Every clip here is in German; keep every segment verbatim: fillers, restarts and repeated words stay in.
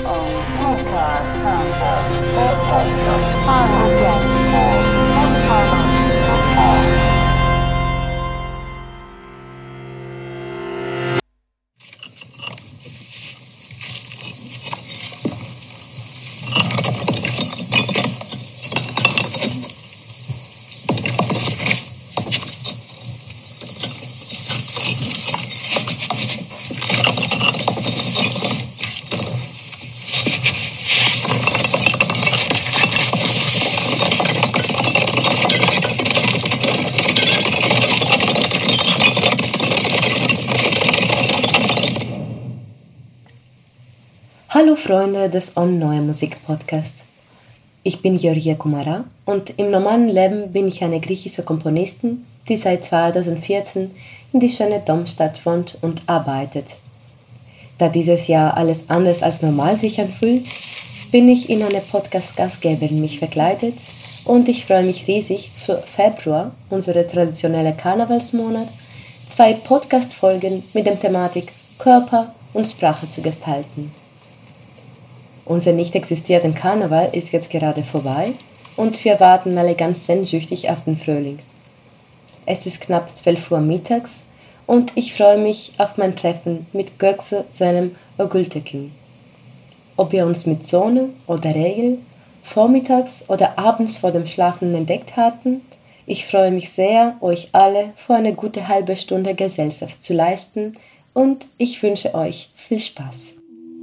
Hallo Freunde des On Neue Musik Podcasts. Ich bin Georgia Koumara und im normalen Leben bin ich eine griechische Komponistin, die seit zweitausendvierzehn in die schöne Domstadt wohnt und arbeitet. Da dieses Jahr alles anders als normal sich anfühlt, bin ich in eine Podcast-Gastgeberin mich verkleidet und ich freue mich riesig für Februar, unsere traditionelle Karnevalsmonat, zwei Podcast-Folgen mit der Thematik Körper und Sprache zu gestalten. Unser nicht existierender Karneval ist jetzt gerade vorbei und wir warten alle ganz sehnsüchtig auf den Frühling. Es ist knapp zwölf Uhr mittags und ich freue mich auf mein Treffen mit Gökçe seinem Ogültekin. Ob wir uns mit Sonne oder Regen vormittags oder abends vor dem Schlafen entdeckt hatten, ich freue mich sehr, euch alle für eine gute halbe Stunde Gesellschaft zu leisten und ich wünsche euch viel Spaß.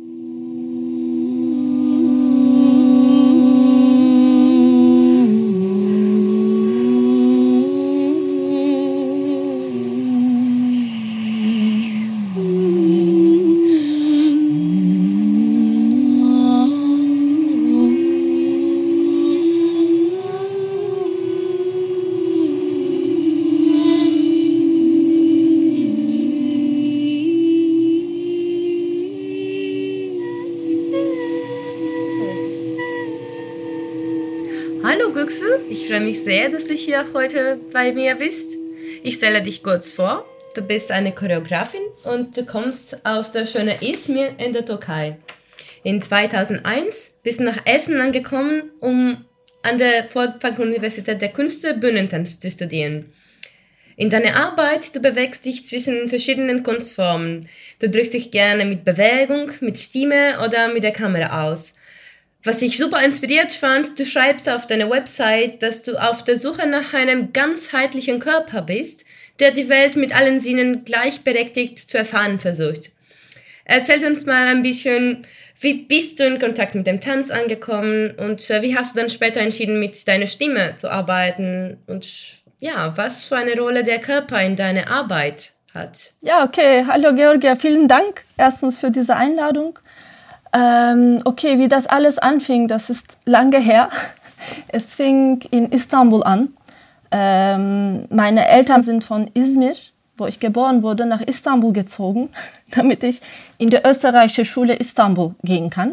Hallo Gökçe, ich freue mich sehr, dass du hier heute bei mir bist. Ich stelle dich kurz vor. Du bist eine Choreografin und du kommst aus der schönen Izmir in der Türkei. In zweitausendeins bist du nach Essen angekommen, um an der Volkwang-Universität der Künste Bühnentanz zu studieren. In deiner Arbeit, du bewegst dich zwischen verschiedenen Kunstformen. Du drückst dich gerne mit Bewegung, mit Stimme oder mit der Kamera aus. Was ich super inspiriert fand, du schreibst auf deiner Website, dass du auf der Suche nach einem ganzheitlichen Körper bist, der die Welt mit allen Sinnen gleichberechtigt zu erfahren versucht. Erzähl uns mal ein bisschen, wie bist du in Kontakt mit dem Tanz angekommen und wie hast du dann später entschieden, mit deiner Stimme zu arbeiten und ja, was für eine Rolle der Körper in deiner Arbeit hat? Ja, okay. Hallo Georgia, vielen Dank erstens für diese Einladung. Ähm, okay, wie das alles anfing, das ist lange her. Es fing in Istanbul an. Ähm, meine Eltern sind von Izmir, wo ich geboren wurde, nach Istanbul gezogen, damit ich in die österreichische Schule Istanbul gehen kann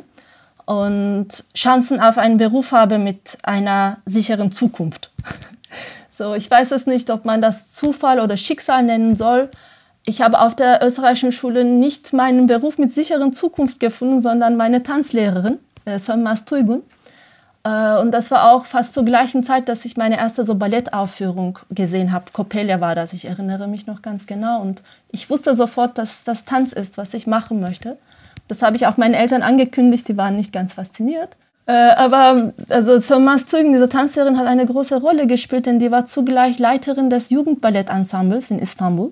und Chancen auf einen Beruf habe mit einer sicheren Zukunft. So, ich weiß es nicht, ob man das Zufall oder Schicksal nennen soll. Ich habe auf der österreichischen Schule nicht meinen Beruf mit sicheren Zukunft gefunden, sondern meine Tanzlehrerin, äh, Sönmez Tuygun. Äh, und das war auch fast zur gleichen Zeit, dass ich meine erste so Ballettaufführung gesehen habe. Coppelia war das, ich erinnere mich noch ganz genau. Und ich wusste sofort, dass das Tanz ist, was ich machen möchte. Das habe ich auch meinen Eltern angekündigt, die waren nicht ganz fasziniert. Äh, aber also Sönmez Tuygun, diese Tanzlehrerin, hat eine große Rolle gespielt, denn die war zugleich Leiterin des Jugendballettensembles in Istanbul.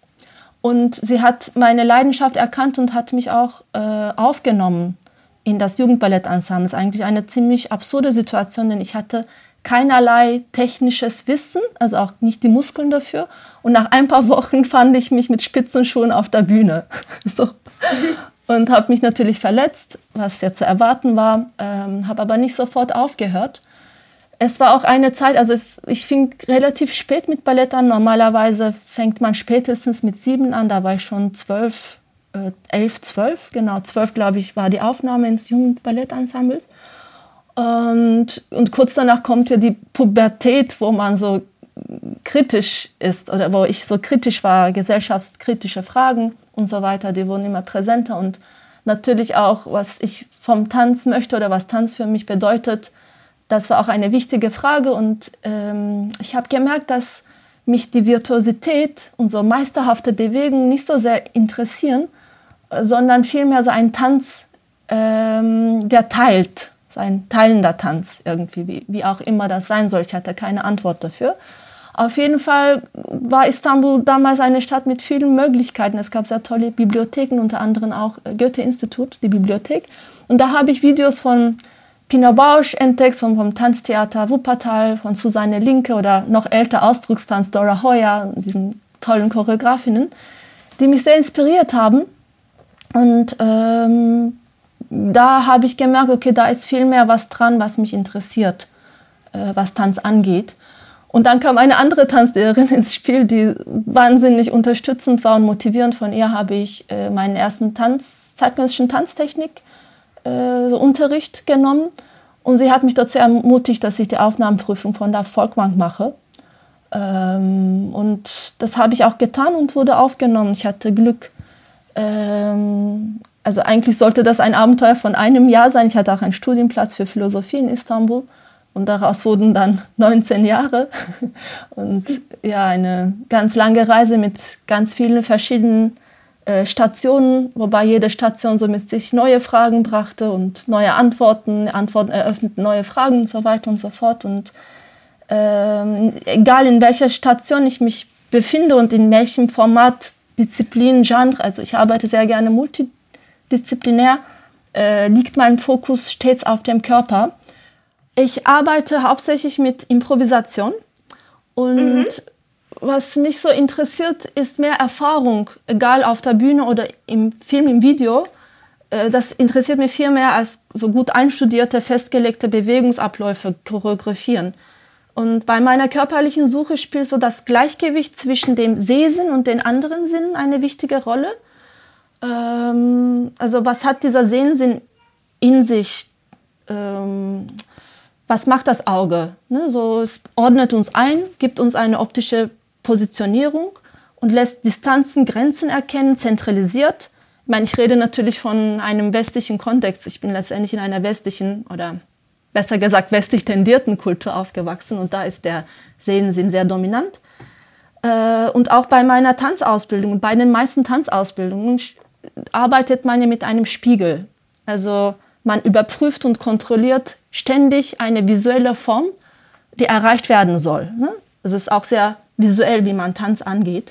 Und sie hat meine Leidenschaft erkannt und hat mich auch äh, aufgenommen in das Jugendballettensemble. Das ist eigentlich eine ziemlich absurde Situation, denn ich hatte keinerlei technisches Wissen, also auch nicht die Muskeln dafür. Und nach ein paar Wochen fand ich mich mit Spitzenschuhen auf der Bühne. So. Und habe mich natürlich verletzt, was ja zu erwarten war, ähm, habe aber nicht sofort aufgehört. Es war auch eine Zeit, also es, ich fing relativ spät mit Ballett an. Normalerweise fängt man spätestens mit sieben an. Da war ich schon zwölf, äh, elf, zwölf. Genau, zwölf, glaube ich, war die Aufnahme ins Jugendballettensembles. Und, und kurz danach kommt ja die Pubertät, wo man so kritisch ist oder wo ich so kritisch war, gesellschaftskritische Fragen und so weiter, die wurden immer präsenter. Und natürlich auch, was ich vom Tanz möchte oder was Tanz für mich bedeutet. Das war auch eine wichtige Frage und ähm, ich habe gemerkt, dass mich die Virtuosität und so meisterhafte Bewegungen nicht so sehr interessieren, sondern vielmehr so ein Tanz, ähm, der teilt, so ein teilender Tanz irgendwie, wie, wie auch immer das sein soll. Ich hatte keine Antwort dafür. Auf jeden Fall war Istanbul damals eine Stadt mit vielen Möglichkeiten. Es gab sehr tolle Bibliotheken, unter anderem auch Goethe-Institut, die Bibliothek. Und da habe ich Videos von Pina Bausch entdeckt, vom, vom Tanztheater Wuppertal, von Susanne Linke oder noch älter Ausdruckstanz Dora Hoya, diesen tollen Choreografinnen, die mich sehr inspiriert haben. Und ähm, da habe ich gemerkt, okay, da ist viel mehr was dran, was mich interessiert, äh, was Tanz angeht. Und dann kam eine andere Tanzlehrerin ins Spiel, die wahnsinnig unterstützend war und motivierend. Von ihr habe ich äh, meinen ersten Tanz, zeitgenössischen Tanztechnik äh, so Unterricht genommen. Und sie hat mich dazu ermutigt, dass ich die Aufnahmeprüfung von der Volkbank mache. Ähm, und das habe ich auch getan und wurde aufgenommen. Ich hatte Glück. Ähm, also eigentlich sollte das ein Abenteuer von einem Jahr sein. Ich hatte auch einen Studienplatz für Philosophie in Istanbul. Und daraus wurden dann neunzehn Jahre und ja, eine ganz lange Reise mit ganz vielen verschiedenen äh, Stationen, wobei jede Station so mit sich neue Fragen brachte und neue Antworten, Antworten eröffneten neue Fragen und so weiter und so fort. Und ähm, egal in welcher Station ich mich befinde und in welchem Format, Disziplin, Genre, also ich arbeite sehr gerne multidisziplinär, äh, liegt mein Fokus stets auf dem Körper. Ich arbeite hauptsächlich mit Improvisation und mhm. was mich so interessiert, ist mehr Erfahrung, egal auf der Bühne oder im Film, im Video. Das interessiert mich viel mehr als so gut einstudierte, festgelegte Bewegungsabläufe, Choreografieren. Und bei meiner körperlichen Suche spielt so das Gleichgewicht zwischen dem Sehsinn und den anderen Sinnen eine wichtige Rolle. Ähm, also was hat dieser Sehnsinn in sich? Ähm, Was macht das Auge? Ne, so, es ordnet uns ein, gibt uns eine optische Positionierung und lässt Distanzen, Grenzen erkennen, zentralisiert. Ich meine, ich rede natürlich von einem westlichen Kontext. Ich bin letztendlich in einer westlichen oder besser gesagt westlich tendierten Kultur aufgewachsen und da ist der Sehensinn sehr dominant. Äh, und auch bei meiner Tanzausbildung, bei den meisten Tanzausbildungen arbeitet man ja mit einem Spiegel. Also man überprüft und kontrolliert ständig eine visuelle Form, die erreicht werden soll. Ne? Also es ist auch sehr visuell, wie man Tanz angeht.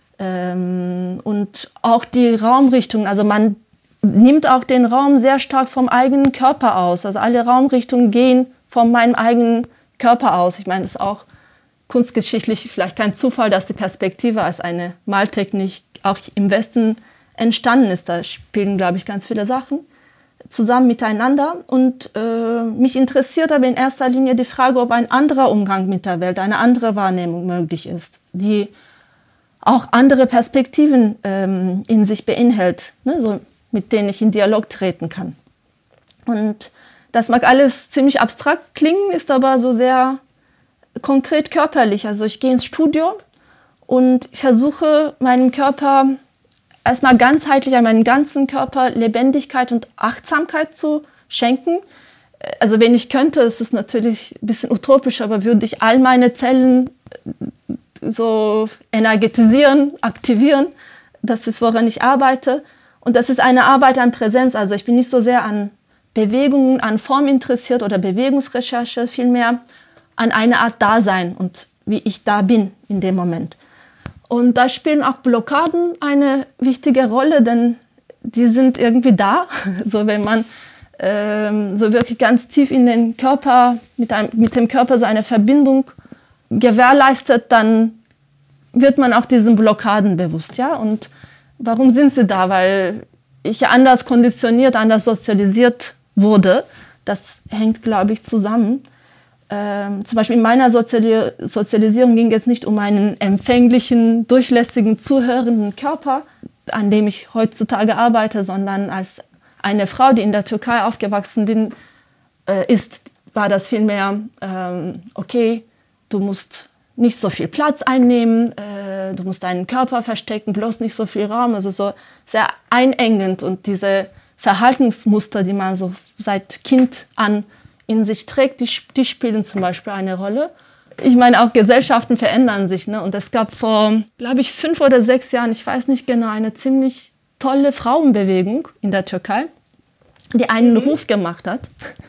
Ähm, und auch die Raumrichtung, also man nimmt auch den Raum sehr stark vom eigenen Körper aus. Also alle Raumrichtungen gehen von meinem eigenen Körper aus. Ich meine, es ist auch kunstgeschichtlich vielleicht kein Zufall, dass die Perspektive als eine Maltechnik auch im Westen entstanden ist. Da spielen, glaube ich, ganz viele Sachen zusammen miteinander. Und äh, mich interessiert aber in erster Linie die Frage, ob ein anderer Umgang mit der Welt, eine andere Wahrnehmung möglich ist, die auch andere Perspektiven ähm, in sich beinhält, ne, so, mit denen ich in Dialog treten kann. Und das mag alles ziemlich abstrakt klingen, ist aber so sehr konkret körperlich. Also ich gehe ins Studio und versuche meinem Körper erstmal ganzheitlich an meinen ganzen Körper Lebendigkeit und Achtsamkeit zu schenken. Also wenn ich könnte, ist es natürlich ein bisschen utopisch, aber würde ich all meine Zellen so energetisieren, aktivieren. Das ist, woran ich arbeite. Und das ist eine Arbeit an Präsenz. Also ich bin nicht so sehr an Bewegungen, an Form interessiert oder Bewegungsrecherche, vielmehr an eine Art Dasein und wie ich da bin in dem Moment. Und da spielen auch Blockaden eine wichtige Rolle, denn die sind irgendwie da. So wenn man ähm, so wirklich ganz tief in den Körper, mit, einem, mit dem Körper so eine Verbindung gewährleistet, dann wird man auch diesen Blockaden bewusst. Ja? Und warum sind sie da? Weil ich ja anders konditioniert, anders sozialisiert wurde. Das hängt, glaube ich, zusammen. Ähm, zum Beispiel in meiner Soziali- Sozialisierung ging es nicht um einen empfänglichen, durchlässigen, zuhörenden Körper, an dem ich heutzutage arbeite, sondern als eine Frau, die in der Türkei aufgewachsen bin, äh, ist, war das vielmehr, ähm, okay, du musst nicht so viel Platz einnehmen, äh, du musst deinen Körper verstecken, bloß nicht so viel Raum, also so sehr einengend. Und diese Verhaltensmuster, die man so seit Kind an in sich trägt, die, die spielen zum Beispiel eine Rolle. Ich meine, auch Gesellschaften verändern sich. Ne? Und es gab vor, glaube ich, fünf oder sechs Jahren, ich weiß nicht genau, eine ziemlich tolle Frauenbewegung in der Türkei, die einen mhm. Ruf gemacht hat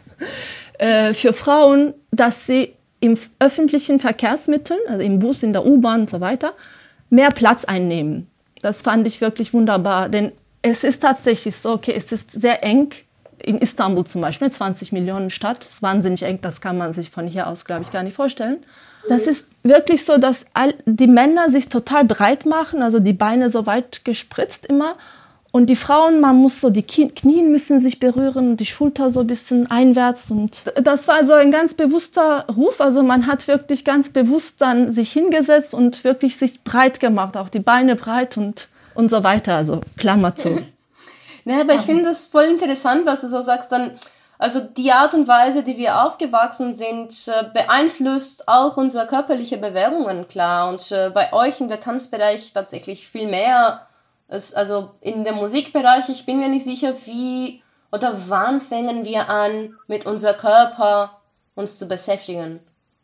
äh, für Frauen, dass sie im öffentlichen Verkehrsmitteln, also im Bus, in der U-Bahn und so weiter, mehr Platz einnehmen. Das fand ich wirklich wunderbar, denn es ist tatsächlich so, okay, es ist sehr eng, in Istanbul zum Beispiel, zwanzig Millionen Stadt, das ist wahnsinnig eng, das kann man sich von hier aus, glaube ich, gar nicht vorstellen. Das ist wirklich so, dass all, die Männer sich total breit machen, also die Beine so weit gespritzt immer. Und die Frauen, man muss so, die Knien müssen sich berühren, die Schulter so ein bisschen einwärts. Und das war so ein ganz bewusster Ruf. Also man hat wirklich ganz bewusst dann sich hingesetzt und wirklich sich breit gemacht, auch die Beine breit und, und so weiter. Also Klammer zu. Ja, aber ich finde das voll interessant, was du so sagst. Dann, also die Art und Weise, die wir aufgewachsen sind, beeinflusst auch unsere körperliche Bewegungen, klar. Und bei euch in der Tanzbereich tatsächlich viel mehr. Also in dem Musikbereich, ich bin mir nicht sicher, wie oder wann fangen wir an, mit unserem Körper uns zu beschäftigen.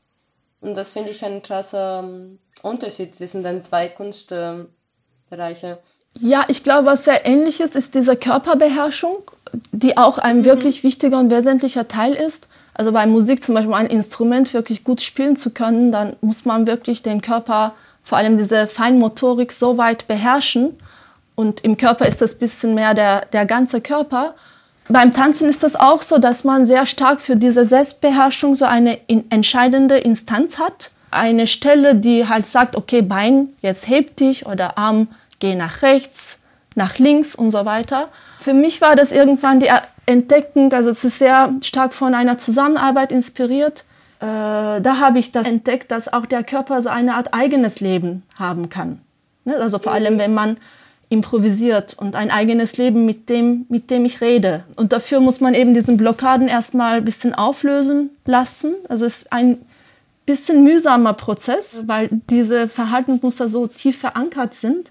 Und das finde ich ein krasser Unterschied zwischen den zwei Kunstbereichen. Ja, ich glaube, was sehr ähnlich ist, ist diese Körperbeherrschung, die auch ein mhm. wirklich wichtiger und wesentlicher Teil ist. Also bei Musik zum Beispiel ein Instrument wirklich gut spielen zu können, dann muss man wirklich den Körper, vor allem diese Feinmotorik, so weit beherrschen. Und im Körper ist das ein bisschen mehr der, der ganze Körper. Beim Tanzen ist das auch so, dass man sehr stark für diese Selbstbeherrschung so eine in, entscheidende Instanz hat. Eine Stelle, die halt sagt, okay, Bein, jetzt heb dich oder Arm, geh nach rechts, nach links und so weiter. Für mich war das irgendwann die Entdeckung, also es ist sehr stark von einer Zusammenarbeit inspiriert. Äh, da habe ich das entdeckt, dass auch der Körper so eine Art eigenes Leben haben kann. Ne? Also vor allem, wenn man improvisiert und ein eigenes Leben, mit dem, mit dem ich rede. Und dafür muss man eben diesen Blockaden erstmal ein bisschen auflösen lassen. Also es ist ein bisschen mühsamer Prozess, weil diese Verhaltensmuster so tief verankert sind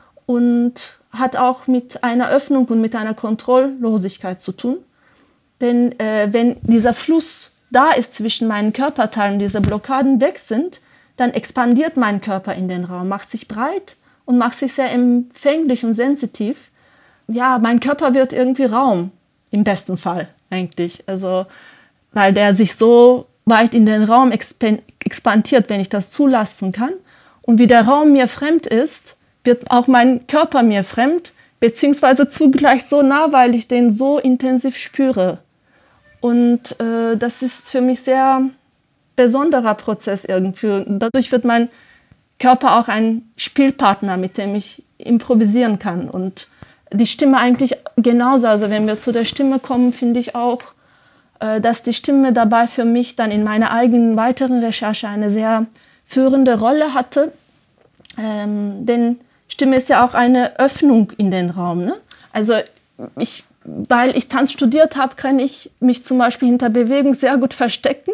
und hat auch mit einer Öffnung und mit einer Kontrolllosigkeit zu tun. Denn äh, wenn dieser Fluss da ist zwischen meinen Körperteilen, diese Blockaden weg sind, dann expandiert mein Körper in den Raum, macht sich breit und macht sich sehr empfänglich und sensitiv. Ja, mein Körper wird irgendwie Raum, im besten Fall eigentlich. Also, weil der sich so weit in den Raum expandiert, wenn ich das zulassen kann. Und wie der Raum mir fremd ist, wird auch mein Körper mir fremd, beziehungsweise zugleich so nah, weil ich den so intensiv spüre. Und äh, das ist für mich sehr besonderer Prozess irgendwie. Und dadurch wird mein Körper auch ein Spielpartner, mit dem ich improvisieren kann. Und die Stimme eigentlich genauso. Also wenn wir zu der Stimme kommen, finde ich auch, äh, dass die Stimme dabei für mich dann in meiner eigenen weiteren Recherche eine sehr führende Rolle hatte. Ähm, denn Stimme ist ja auch eine Öffnung in den Raum. Ne? Also ich, weil ich Tanz studiert habe, kann ich mich zum Beispiel hinter Bewegung sehr gut verstecken.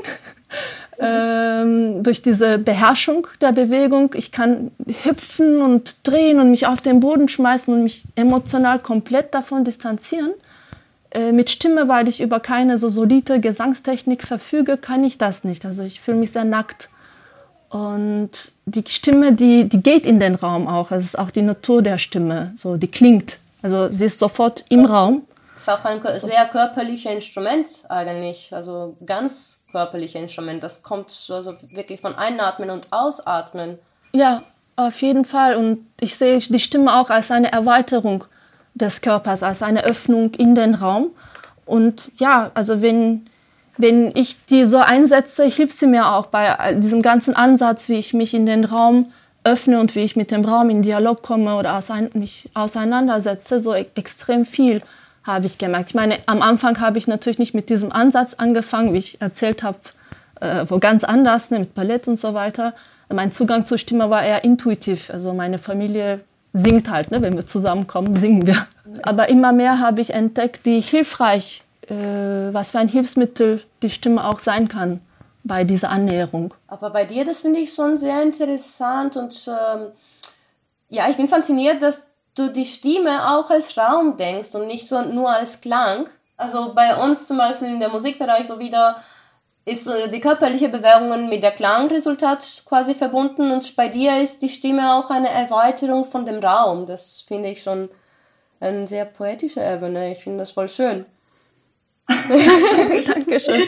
Ähm, durch diese Beherrschung der Bewegung. Ich kann hüpfen und drehen und mich auf den Boden schmeißen und mich emotional komplett davon distanzieren. Äh, mit Stimme, weil ich über keine so solide Gesangstechnik verfüge, kann ich das nicht. Also ich fühle mich sehr nackt. Und die Stimme, die, die geht in den Raum auch. Es ist auch die Natur der Stimme. So, die klingt. Also sie ist sofort im Raum. Das ist auch ein sehr körperliches Instrument eigentlich. Also ganz körperliches Instrument. Das kommt also wirklich von Einatmen und Ausatmen. Ja, auf jeden Fall. Und ich sehe die Stimme auch als eine Erweiterung des Körpers, als eine Öffnung in den Raum. Und ja, also wenn, wenn ich die so einsetze, hilft sie mir auch bei diesem ganzen Ansatz, wie ich mich in den Raum öffne und wie ich mit dem Raum in Dialog komme oder ausein- mich auseinandersetze, so e- extrem viel habe ich gemerkt. Ich meine, am Anfang habe ich natürlich nicht mit diesem Ansatz angefangen, wie ich erzählt habe, äh, wo ganz anders, ne, mit Ballett und so weiter. Mein Zugang zur Stimme war eher intuitiv. Also meine Familie singt halt, ne, wenn wir zusammenkommen, singen wir. Aber immer mehr habe ich entdeckt, wie hilfreich, äh, was für ein Hilfsmittel die Stimme auch sein kann bei dieser Annäherung. Aber bei dir, das finde ich schon sehr interessant und ähm, ja, ich bin fasziniert, dass du die Stimme auch als Raum denkst und nicht so nur als Klang. Also bei uns zum Beispiel in der Musikbereich so wieder ist die körperliche Bewegung mit der Klangresultat quasi verbunden und bei dir ist die Stimme auch eine Erweiterung von dem Raum. Das finde ich schon eine sehr poetische Ebene. Ich finde das voll schön. Dankeschön.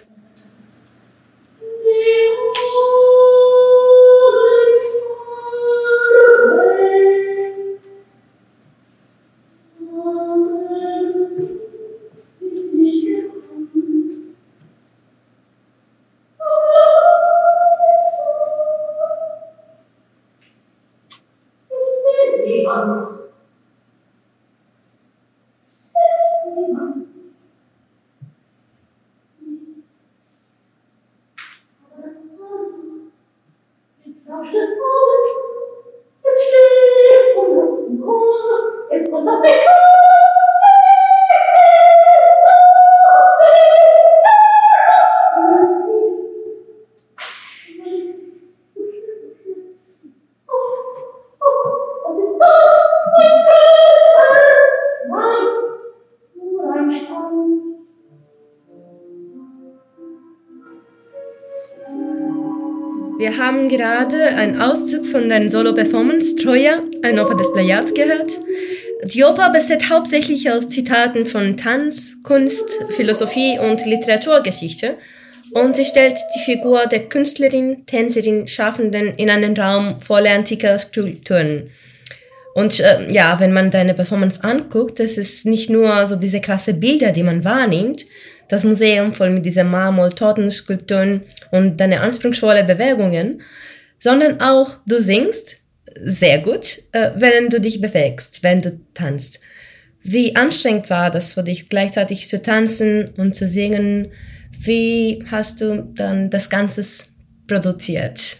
Wir haben gerade einen Auszug von der Solo-Performance Troja, eine Oper des Plejad, gehört. Die Oper besteht hauptsächlich aus Zitaten von Tanz, Kunst, Philosophie und Literaturgeschichte und sie stellt die Figur der Künstlerin, Tänzerin, Schaffenden in einen Raum voller antiker Skulpturen. Und äh, ja, wenn man deine Performance anguckt, das ist nicht nur so diese krasse Bilder, die man wahrnimmt, das Museum voll mit diesen Marmor-Totenskulpturen und deine anspruchsvolle Bewegungen, sondern auch du singst sehr gut, äh, wenn du dich bewegst, wenn du tanzt. Wie anstrengend war das für dich, gleichzeitig zu tanzen und zu singen? Wie hast du dann das Ganze produziert?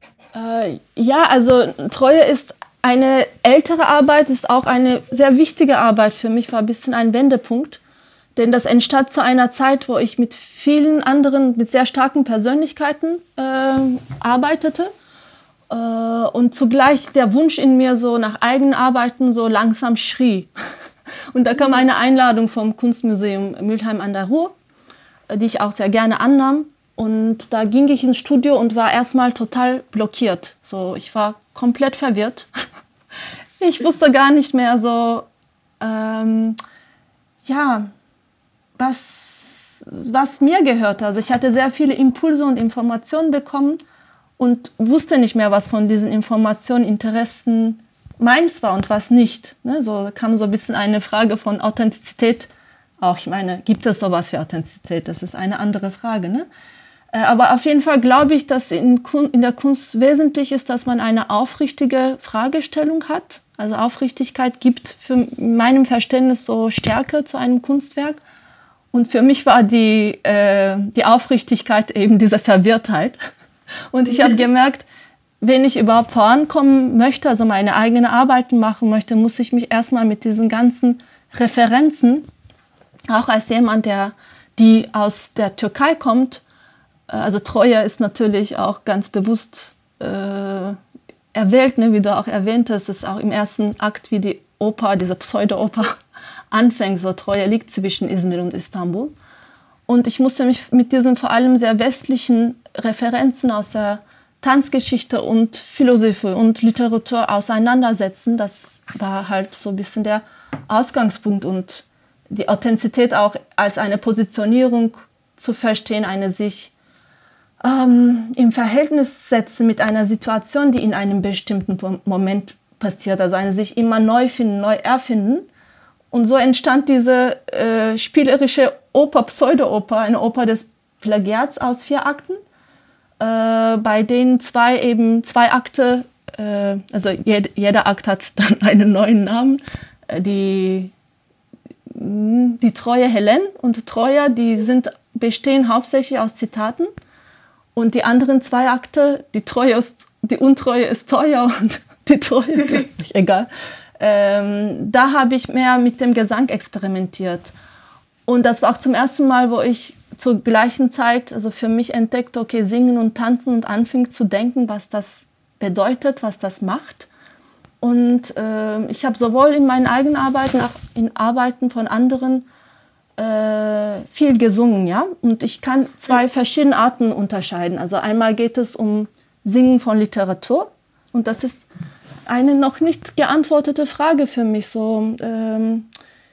Äh, ja, also Treue ist eine ältere Arbeit, ist auch eine sehr wichtige Arbeit für mich, war ein bisschen ein Wendepunkt. Denn das entstand zu einer Zeit, wo ich mit vielen anderen, mit sehr starken Persönlichkeiten äh, arbeitete. Äh, und zugleich der Wunsch in mir so nach eigenen Arbeiten so langsam schrie. Und da kam eine Einladung vom Kunstmuseum Mülheim an der Ruhr, die ich auch sehr gerne annahm. Und da ging ich ins Studio und war erstmal total blockiert. So, ich war komplett verwirrt. Ich wusste gar nicht mehr so, ähm, ja, was, was mir gehörte. Also ich hatte sehr viele Impulse und Informationen bekommen und wusste nicht mehr, was von diesen Informationen, Interessen meins war und was nicht. Ne? So kam so ein bisschen eine Frage von Authentizität. Auch ich meine, gibt es sowas wie Authentizität? Das ist eine andere Frage. Ne? Aber auf jeden Fall glaube ich, dass in, in der Kunst wesentlich ist, dass man eine aufrichtige Fragestellung hat. Also Aufrichtigkeit gibt für meinem Verständnis so Stärke zu einem Kunstwerk. Und für mich war die, äh, die Aufrichtigkeit eben diese Verwirrtheit. Und ich habe gemerkt, wenn ich überhaupt vorankommen möchte, also meine eigenen Arbeiten machen möchte, muss ich mich erstmal mit diesen ganzen Referenzen, auch als jemand, der die aus der Türkei kommt, also Troja ist natürlich auch ganz bewusst äh, erwählt, ne, wie du auch erwähnt hast, ist auch im ersten Akt, wie die Oper, diese Pseudo-Oper anfängt, so Troja liegt zwischen Izmir und Istanbul. Und ich musste mich mit diesen vor allem sehr westlichen Referenzen aus der Tanzgeschichte und Philosophie und Literatur auseinandersetzen. Das war halt so ein bisschen der Ausgangspunkt und die Authentizität auch als eine Positionierung zu verstehen, eine sich ähm, im Verhältnis setzen mit einer Situation, die in einem bestimmten Moment passiert, also eine sich immer neu finden, neu erfinden. Und so entstand diese äh, spielerische Oper, Pseudo-Oper, eine Oper des Plagiats aus vier Akten, äh, bei denen zwei eben zwei Akte, äh, also jed, jeder Akt hat dann einen neuen Namen, äh, die, die Treue Helene und Troja, die sind, bestehen hauptsächlich aus Zitaten und die anderen zwei Akte, die Treue ist, die Untreue ist teuer und die Treue, glaube ich, egal. Ähm, da habe ich mehr mit dem Gesang experimentiert. Und das war auch zum ersten Mal, wo ich zur gleichen Zeit, also für mich entdeckte, okay, singen und tanzen und anfing zu denken, was das bedeutet, was das macht. Und äh, ich habe sowohl in meinen eigenen Arbeiten, als auch in Arbeiten von anderen äh, viel gesungen, ja. Und ich kann zwei verschiedene Arten unterscheiden. Also einmal geht es um Singen von Literatur. Und das ist eine noch nicht geantwortete Frage für mich. So, ähm,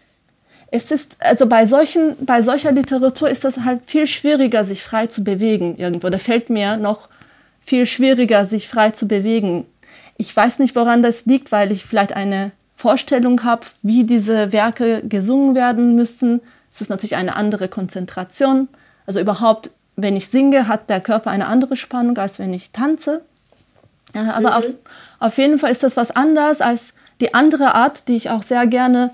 es ist, also bei, solchen, bei solcher Literatur ist das halt viel schwieriger, sich frei zu bewegen irgendwo. Da fällt mir noch viel schwieriger, sich frei zu bewegen. Ich weiß nicht, woran das liegt, weil ich vielleicht eine Vorstellung habe, wie diese Werke gesungen werden müssen. Es ist natürlich eine andere Konzentration. Also überhaupt, wenn ich singe, hat der Körper eine andere Spannung, als wenn ich tanze. Ja, aber mhm. auf, auf jeden Fall ist das was anderes als die andere Art, die ich auch sehr gerne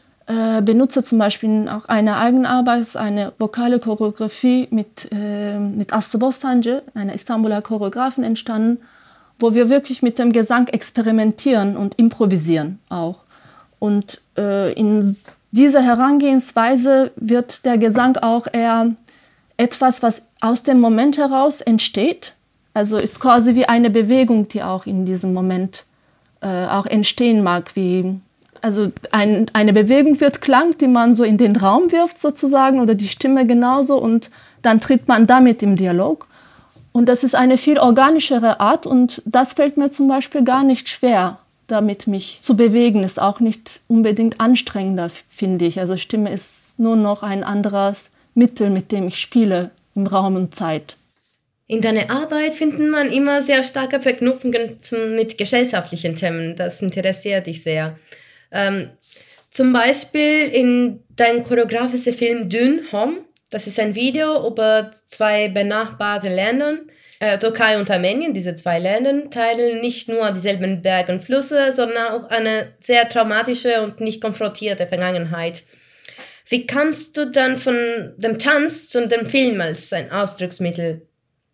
äh, benutze. Zum Beispiel auch eine eigene Arbeit, eine vokale Choreografie mit, äh, mit Aslı Bostancı, einer Istanbuler Choreografin, entstanden, wo wir wirklich mit dem Gesang experimentieren und improvisieren auch. Und äh, in dieser Herangehensweise wird der Gesang auch eher etwas, was aus dem Moment heraus entsteht. Also ist quasi wie eine Bewegung, die auch in diesem Moment äh, auch entstehen mag. Wie, also ein, eine Bewegung wird Klang, die man so in den Raum wirft sozusagen, oder die Stimme genauso, und dann tritt man damit im Dialog. Und das ist eine viel organischere Art, und das fällt mir zum Beispiel gar nicht schwer, damit mich zu bewegen. Ist auch nicht unbedingt anstrengender, finde ich. Also Stimme ist nur noch ein anderes Mittel, mit dem ich spiele im Raum und Zeit. In deiner Arbeit findet man immer sehr starke Verknüpfungen zum, mit gesellschaftlichen Themen. Das interessiert dich sehr. Ähm, zum Beispiel in deinem choreografischen Film Dün Hom. Das ist ein Video über zwei benachbarte Länder, äh, Türkei und Armenien. Diese zwei Länder teilen nicht nur dieselben Berge und Flüsse, sondern auch eine sehr traumatische und nicht konfrontierte Vergangenheit. Wie kannst du dann von dem Tanz und dem Film als ein Ausdrucksmittel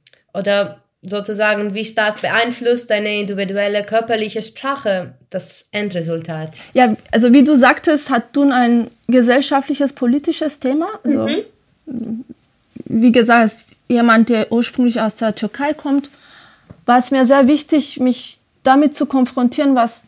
oder sozusagen, wie stark beeinflusst deine individuelle körperliche Sprache das Endresultat? Ja, also wie du sagtest, hat Dün ein gesellschaftliches, politisches Thema. Also, mhm. Wie gesagt, jemand, der ursprünglich aus der Türkei kommt, war es mir sehr wichtig, mich damit zu konfrontieren, was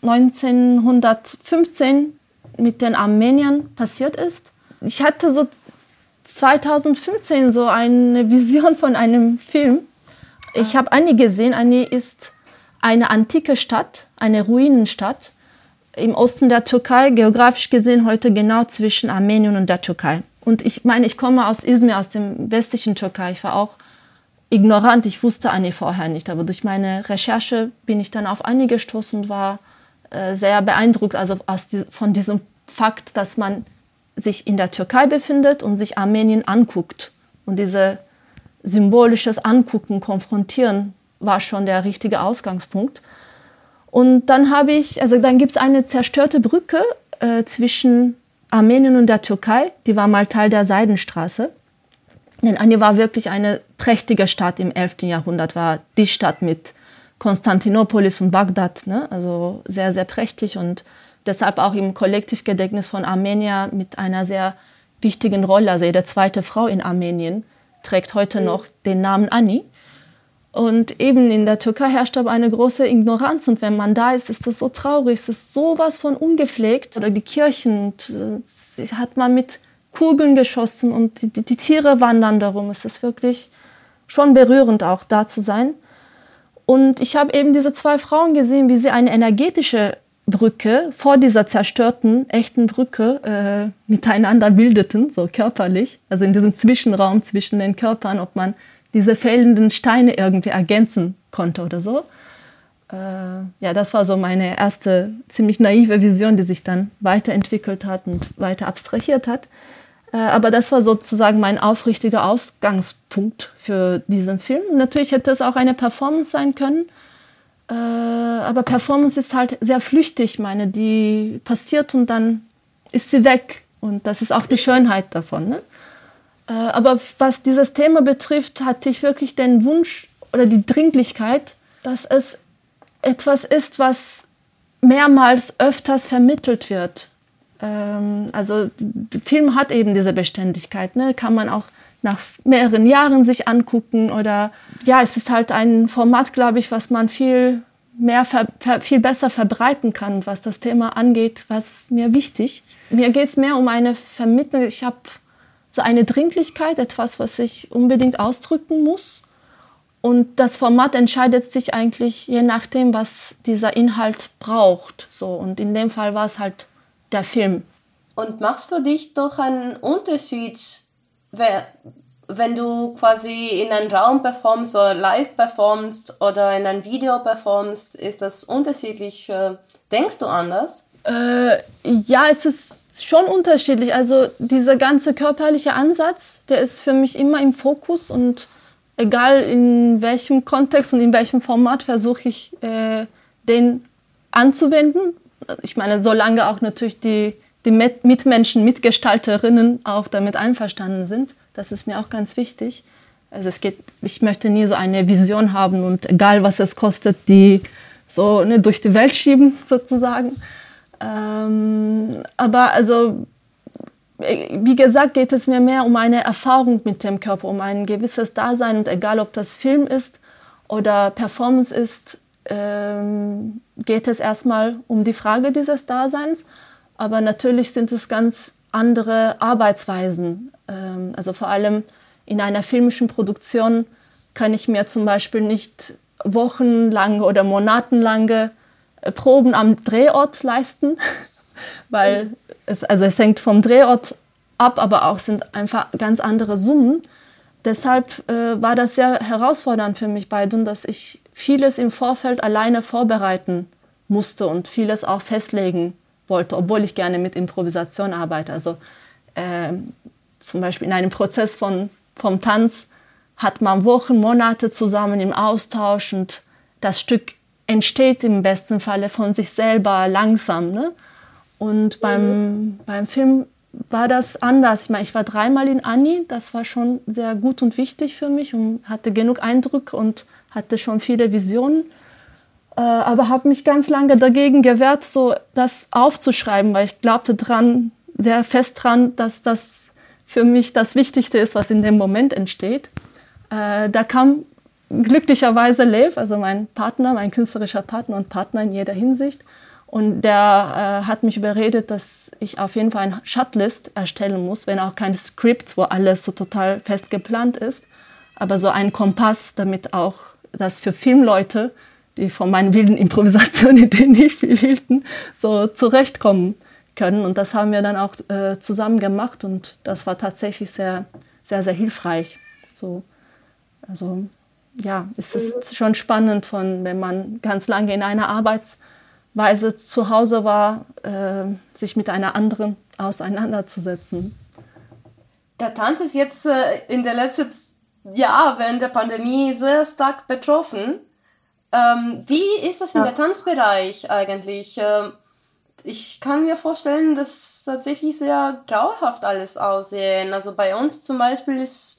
neunzehnhundertfünfzehn mit den Armeniern passiert ist. Ich hatte so zweitausendfünfzehn so eine Vision von einem Film. Ich habe Ani gesehen. Ani ist eine antike Stadt, eine Ruinenstadt im Osten der Türkei, geografisch gesehen heute genau zwischen Armenien und der Türkei. Und ich meine, ich komme aus Izmir, aus dem westlichen Türkei. Ich war auch ignorant, ich wusste Ani vorher nicht. Aber durch meine Recherche bin ich dann auf Ani gestoßen und war äh, sehr beeindruckt, also aus die, von diesem Fakt, dass man sich in der Türkei befindet und sich Armenien anguckt. Und dieses symbolisches Angucken, Konfrontieren war schon der richtige Ausgangspunkt. Und dann habe ich, also dann gibt es eine zerstörte Brücke äh, zwischen Armenien und der Türkei. Die war mal Teil der Seidenstraße. Denn Ani war wirklich eine prächtige Stadt im elften Jahrhundert, war die Stadt mit Konstantinopolis und Bagdad, ne? Also sehr, sehr prächtig und deshalb auch im Kollektivgedächtnis von Armenier mit einer sehr wichtigen Rolle. Also jede zweite Frau in Armenien trägt heute noch den Namen Ani. Und eben in der Türkei herrscht aber eine große Ignoranz. Und wenn man da ist, ist das so traurig. Es ist sowas von ungepflegt. Oder die Kirchen, äh, hat man mit Kugeln geschossen und die, die, die Tiere wandern darum. Es ist wirklich schon berührend, auch da zu sein. Und ich habe eben diese zwei Frauen gesehen, wie sie eine energetische Brücke vor dieser zerstörten, echten Brücke äh, miteinander bildeten, so körperlich. Also in diesem Zwischenraum zwischen den Körpern, ob man diese fehlenden Steine irgendwie ergänzen konnte oder so. Äh, ja, das war so meine erste ziemlich naive Vision, die sich dann weiterentwickelt hat und weiter abstrahiert hat. Äh, aber das war sozusagen mein aufrichtiger Ausgangspunkt für diesen Film. Natürlich hätte es auch eine Performance sein können, äh, aber Performance ist halt sehr flüchtig, ich meine, die passiert und dann ist sie weg. Und das ist auch die Schönheit davon, ne? Aber was dieses Thema betrifft, hatte ich wirklich den Wunsch oder die Dringlichkeit, dass es etwas ist, was mehrmals, öfters vermittelt wird. Ähm, also der Film hat eben diese Beständigkeit, ne? Kann man auch nach mehreren Jahren sich angucken oder ja, es ist halt ein Format, glaube ich, was man viel mehr ver, ver, viel besser verbreiten kann, was das Thema angeht, was mir wichtig. Mir geht es mehr um eine Vermittlung. Ich habe so eine Dringlichkeit, etwas, was ich unbedingt ausdrücken muss. Und das Format entscheidet sich eigentlich je nachdem, was dieser Inhalt braucht. So, und in dem Fall war es halt der Film. Und macht es für dich doch einen Unterschied, wenn du quasi in einem Raum performst oder live performst oder in einem Video performst? Ist das unterschiedlich? Denkst du anders? Äh, ja, es ist schon unterschiedlich. Also dieser ganze körperliche Ansatz, der ist für mich immer im Fokus und egal in welchem Kontext und in welchem Format versuche ich, äh, den anzuwenden. Ich meine, solange auch natürlich die, die Mitmenschen, Mitgestalterinnen auch damit einverstanden sind. Das ist mir auch ganz wichtig. Also es geht, ich möchte nie so eine Vision haben und egal, was es kostet, die so ne, durch die Welt schieben, sozusagen. Ähm, aber also, wie gesagt, geht es mir mehr um eine Erfahrung mit dem Körper, um ein gewisses Dasein. Und egal, ob das Film ist oder Performance ist, ähm, geht es erstmal um die Frage dieses Daseins. Aber natürlich sind es ganz andere Arbeitsweisen. Ähm, also vor allem in einer filmischen Produktion kann ich mir zum Beispiel nicht wochenlange oder monatenlange Proben am Drehort leisten, weil es, also es hängt vom Drehort ab, aber auch sind einfach ganz andere Summen. Deshalb äh, war das sehr herausfordernd für mich bei Dun, dass ich vieles im Vorfeld alleine vorbereiten musste und vieles auch festlegen wollte, obwohl ich gerne mit Improvisation arbeite. Also äh, zum Beispiel in einem Prozess von, vom Tanz hat man Wochen, Monate zusammen im Austausch und das Stück entsteht im besten Falle von sich selber langsam. Ne? Und beim, mhm. beim Film war das anders. Ich meine, ich war dreimal in Annie, das war schon sehr gut und wichtig für mich und hatte genug Eindruck und hatte schon viele Visionen. Äh, aber habe mich ganz lange dagegen gewehrt, so das aufzuschreiben, weil ich glaubte dran, sehr fest dran, dass das für mich das Wichtigste ist, was in dem Moment entsteht. Äh, da kam glücklicherweise Lev, also mein Partner, mein künstlerischer Partner und Partner in jeder Hinsicht. Und der äh, hat mich überredet, dass ich auf jeden Fall ein Shotlist erstellen muss, wenn auch kein Skript, wo alles so total fest geplant ist. Aber so ein Kompass, damit auch das für Filmleute, die von meinen wilden Improvisationen-Ideen nicht viel hielten, so zurechtkommen können. Und das haben wir dann auch äh, zusammen gemacht und das war tatsächlich sehr, sehr, sehr hilfreich. So, also ja, es ist schon spannend, von, wenn man ganz lange in einer Arbeitsweise zu Hause war, äh, sich mit einer anderen auseinanderzusetzen. Der Tanz ist jetzt äh, in der letzten Jahr während der Pandemie sehr stark betroffen. Ähm, wie ist das in ja. der Tanzbereich eigentlich? Ähm, ich kann mir vorstellen, dass tatsächlich sehr grauenhaft alles aussehen. Also bei uns zum Beispiel ist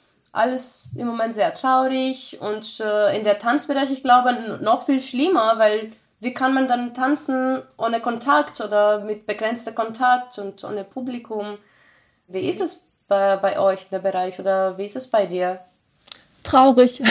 alles im Moment sehr traurig und äh, in der Tanzbereich, ich glaube, noch viel schlimmer, weil wie kann man dann tanzen ohne Kontakt oder mit begrenzter Kontakt und ohne Publikum? Wie ist es bei, bei euch, der Bereich, oder wie ist es bei dir? Traurig.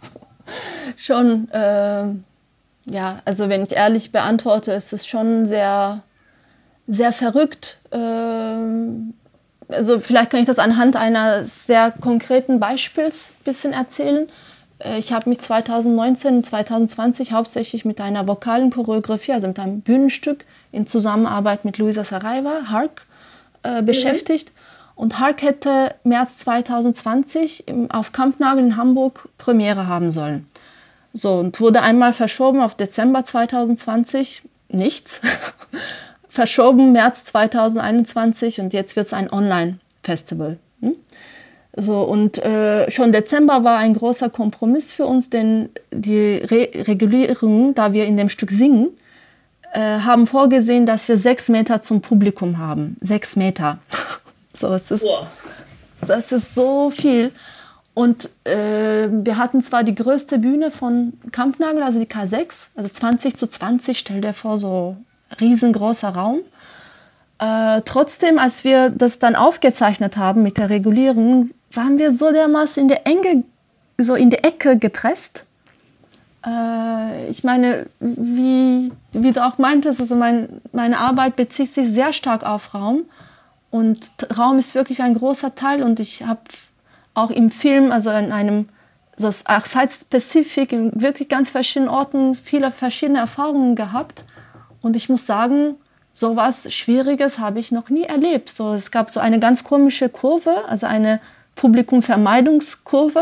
Schon, äh, ja, also wenn ich ehrlich beantworte, ist es schon sehr, sehr verrückt. Äh, Also vielleicht kann ich das anhand eines sehr konkreten Beispiels ein bisschen erzählen. Ich habe mich zwanzig neunzehn und zwanzig zwanzig hauptsächlich mit einer vokalen Choreografie, also mit einem Bühnenstück in Zusammenarbeit mit Luisa Saraiva, Hark, äh, beschäftigt. Mhm. Und Hark hätte März zwanzig zwanzig im, auf Kampnagel in Hamburg Premiere haben sollen. So, und wurde einmal verschoben auf Dezember zwanzig zwanzig, nichts. Verschoben, März zwanzig einundzwanzig und jetzt wird es ein Online-Festival. Hm? So, und äh, schon Dezember war ein großer Kompromiss für uns, denn die Re- Regulierungen, da wir in dem Stück singen, äh, haben vorgesehen, dass wir sechs Meter zum Publikum haben. Sechs Meter. So, es ist, wow. Das ist so viel. Und äh, wir hatten zwar die größte Bühne von Kampnagel, also die K sechs, also zwanzig zu zwanzig, stell dir vor, so riesengroßer Raum. Äh, trotzdem, als wir das dann aufgezeichnet haben mit der Regulierung, waren wir so dermaßen in der Enge, so in die Ecke gepresst, Äh, ich meine, wie, wie du auch meintest, also mein, meine Arbeit bezieht sich sehr stark auf Raum. Und Raum ist wirklich ein großer Teil. Und ich habe auch im Film, also in einem so auch Site-Specific, in wirklich ganz verschiedenen Orten viele verschiedene Erfahrungen gehabt. Und ich muss sagen, so was Schwieriges habe ich noch nie erlebt. So, es gab so eine ganz komische Kurve, also eine Publikumvermeidungskurve,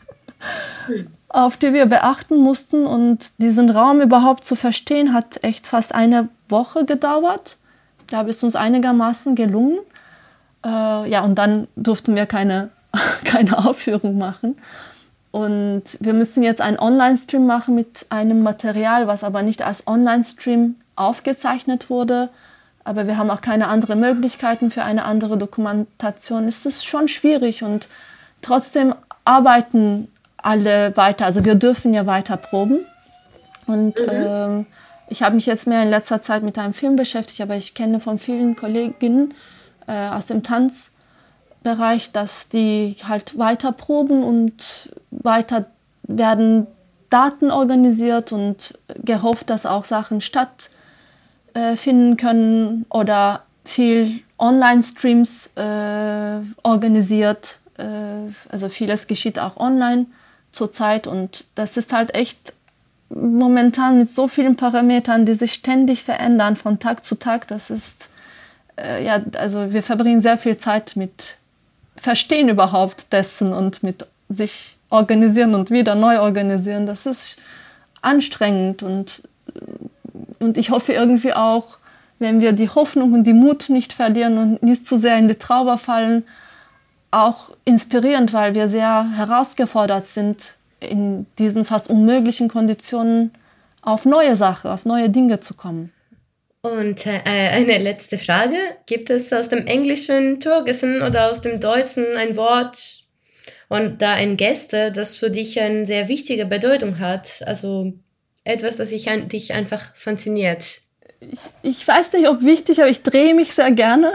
auf die wir beachten mussten. Und diesen Raum überhaupt zu verstehen, hat echt fast eine Woche gedauert. Ich glaube, es ist uns einigermaßen gelungen. Äh, ja, und dann durften wir keine, keine Aufführung machen. Und wir müssen jetzt einen Online-Stream machen mit einem Material, was aber nicht als Online-Stream aufgezeichnet wurde. Aber wir haben auch keine anderen Möglichkeiten für eine andere Dokumentation. Es ist schon schwierig und trotzdem arbeiten alle weiter. Also wir dürfen ja weiter proben. Und mhm. ähm, ich habe mich jetzt mehr in letzter Zeit mit einem Film beschäftigt, aber ich kenne von vielen Kolleginnen äh, aus dem Tanzbereich, dass die halt weiter proben und weiter werden Daten organisiert und gehofft, dass auch Sachen stattfinden können oder viel Online-Streams äh, organisiert. Äh, also vieles geschieht auch online zurzeit und das ist halt echt momentan mit so vielen Parametern, die sich ständig verändern von Tag zu Tag. Das ist, äh, ja, also wir verbringen sehr viel Zeit mit Verstehen überhaupt dessen und mit sich organisieren und wieder neu organisieren. Das ist anstrengend und, und ich hoffe irgendwie auch, wenn wir die Hoffnung und die Mut nicht verlieren und nicht zu sehr in die Trauer fallen, auch inspirierend, weil wir sehr herausgefordert sind, in diesen fast unmöglichen Konditionen auf neue Sachen, auf neue Dinge zu kommen. Und äh, eine letzte Frage. Gibt es aus dem Englischen Türkischen oder aus dem Deutschen ein Wort und da ein Geste, das für dich eine sehr wichtige Bedeutung hat? Also etwas, das ich an, dich einfach fasziniert. Ich, ich weiß nicht, ob wichtig, aber ich drehe mich sehr gerne.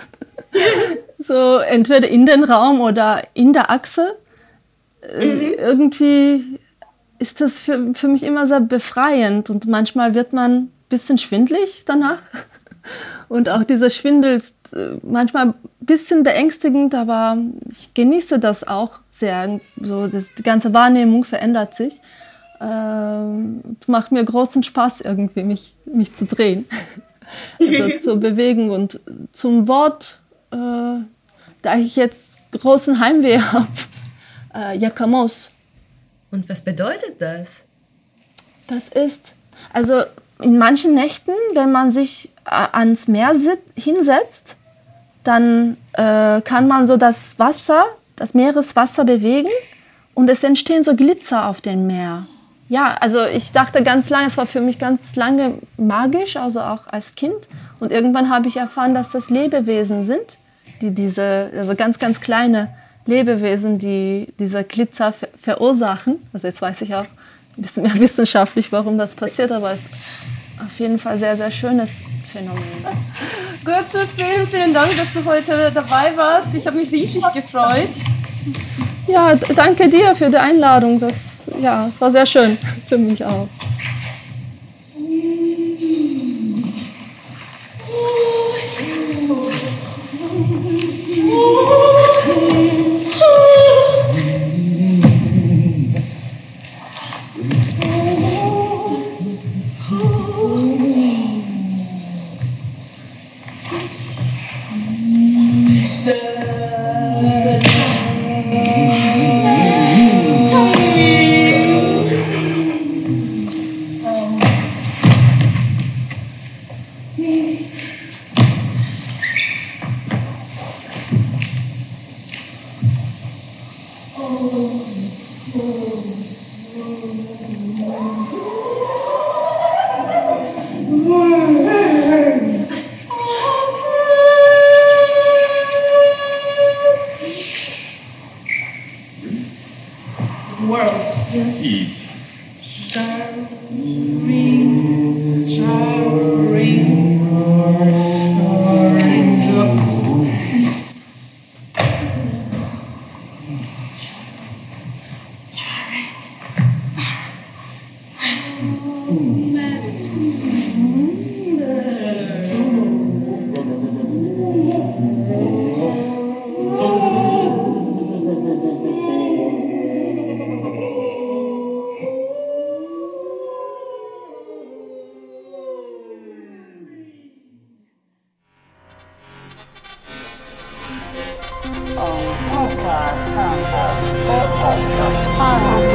So entweder in den Raum oder in der Achse. Mhm. Irgendwie ist das für, für mich immer sehr befreiend und manchmal wird man ein bisschen schwindelig danach. Und auch dieser Schwindel ist manchmal ein bisschen beängstigend, aber ich genieße das auch sehr. So, das, die ganze Wahrnehmung verändert sich. Ähm, es macht mir großen Spaß, irgendwie mich, mich zu drehen. Also zur Bewegung und zum Wort, äh, da ich jetzt großen Heimweh habe. Äh, Yakamos. Und was bedeutet das? Das ist, also in manchen Nächten, wenn man sich äh, ans Meer sit- hinsetzt, dann äh, kann man so das Wasser, das Meereswasser bewegen und es entstehen so Glitzer auf dem Meer. Ja, also ich dachte ganz lange, es war für mich ganz lange magisch, also auch als Kind. Und irgendwann habe ich erfahren, dass das Lebewesen sind, die diese, also ganz, ganz kleine Lebewesen, die diese Glitzer ver- verursachen. Also jetzt weiß ich auch ein bisschen mehr wissenschaftlich, warum das passiert, aber es ist auf jeden Fall ein sehr, sehr schönes Phänomen. Götze, vielen, vielen Dank, dass du heute dabei warst. Ich habe mich riesig gefreut. Ja, d- danke dir für die Einladung. Das, ja, es war sehr schön für mich auch. Seeds. Oh, oh, God, oh, oh, oh, oh, oh.